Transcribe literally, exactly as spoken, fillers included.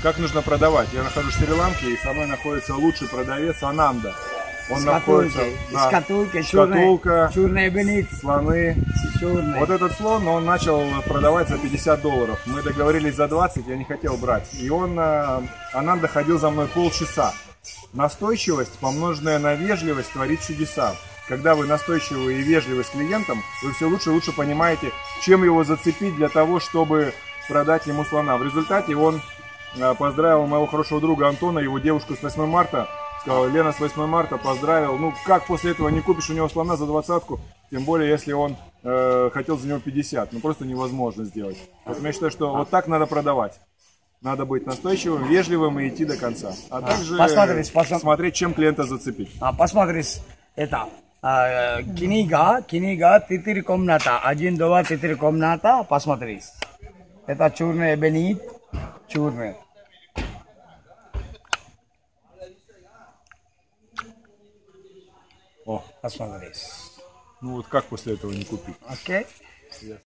Как нужно продавать? Я нахожусь в Шри-Ланке, и со мной находится лучший продавец Ананда. Он Шкатулки, находится... Да, шкатулки, шкатулка, черный бенит, слоны. черный. Вот этот слон, он начал продавать за пятьдесят долларов. Мы договорились за двадцать, я не хотел брать. И он, Ананда ходил за мной полчаса. Настойчивость, помноженная на вежливость, творит чудеса. Когда вы настойчивы и вежливы с клиентом, вы все лучше и лучше понимаете, чем его зацепить для того, чтобы продать ему слона. В результате он поздравил моего хорошего друга Антона, его девушку с восьмым марта. Сказал: Лена, с восьмым марта поздравил. Ну, как после этого не купишь у него слона за двадцатку, тем более, если он э, хотел за него пятьдесят. Ну, просто невозможно сделать. Поэтому я считаю, что вот так надо продавать. Надо быть настойчивым, вежливым и идти до конца. А, а также посмотреть, посмотреть, смотреть, чем клиента зацепить. А, посмотреть, это а, книга, книга «Четыре комната», один, два, четыре комната, посмотреть. Это черный бенит, черный. О, посмотреть. Ну вот как после этого не купить? Окей. Okay.